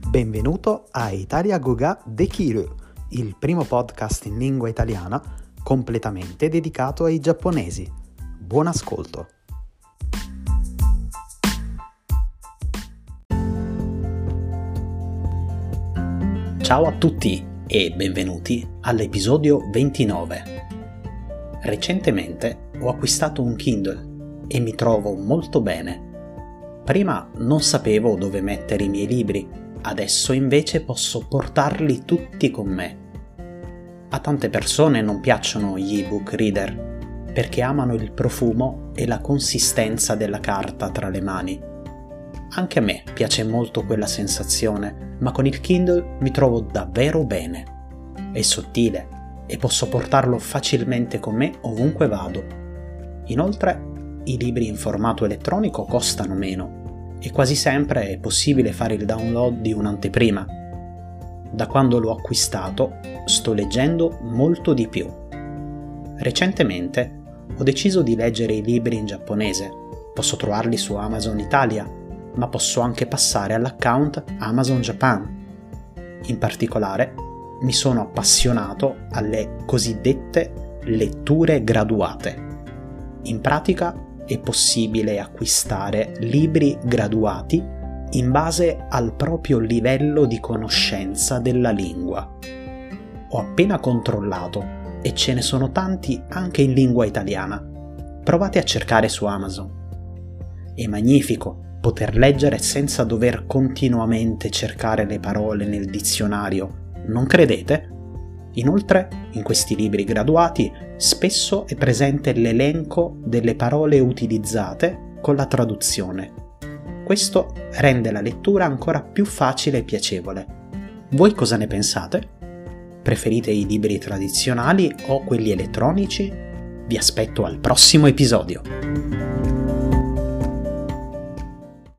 Benvenuto a Italia Goga Dekiru, il primo podcast in lingua italiana completamente dedicato ai giapponesi. Buon ascolto! Ciao a tutti e benvenuti all'episodio 29. Recentemente ho acquistato un Kindle e mi trovo molto bene. Prima non sapevo dove mettere i miei libri, adesso invece posso portarli tutti con me. A tante persone non piacciono gli ebook reader perché amano il profumo e la consistenza della carta tra le mani. Anche a me piace molto quella sensazione, ma con il Kindle mi trovo davvero bene. È sottile e posso portarlo facilmente con me ovunque vado. Inoltre, i libri in formato elettronico costano meno e quasi sempre è possibile fare il download di un'anteprima. Da quando l'ho acquistato sto leggendo molto di più. Recentemente ho deciso di leggere i libri in giapponese. Posso trovarli su Amazon Italia, ma posso anche passare all'account Amazon Japan. In particolare mi sono appassionato alle cosiddette letture graduate. In pratica è possibile acquistare libri graduati in base al proprio livello di conoscenza della lingua. Ho appena controllato e ce ne sono tanti anche in lingua italiana. Provate a cercare su Amazon. È magnifico poter leggere senza dover continuamente cercare le parole nel dizionario, non credete? Inoltre, in questi libri graduati spesso è presente l'elenco delle parole utilizzate con la traduzione. Questo rende la lettura ancora più facile e piacevole. Voi cosa ne pensate? Preferite i libri tradizionali o quelli elettronici? Vi aspetto al prossimo episodio!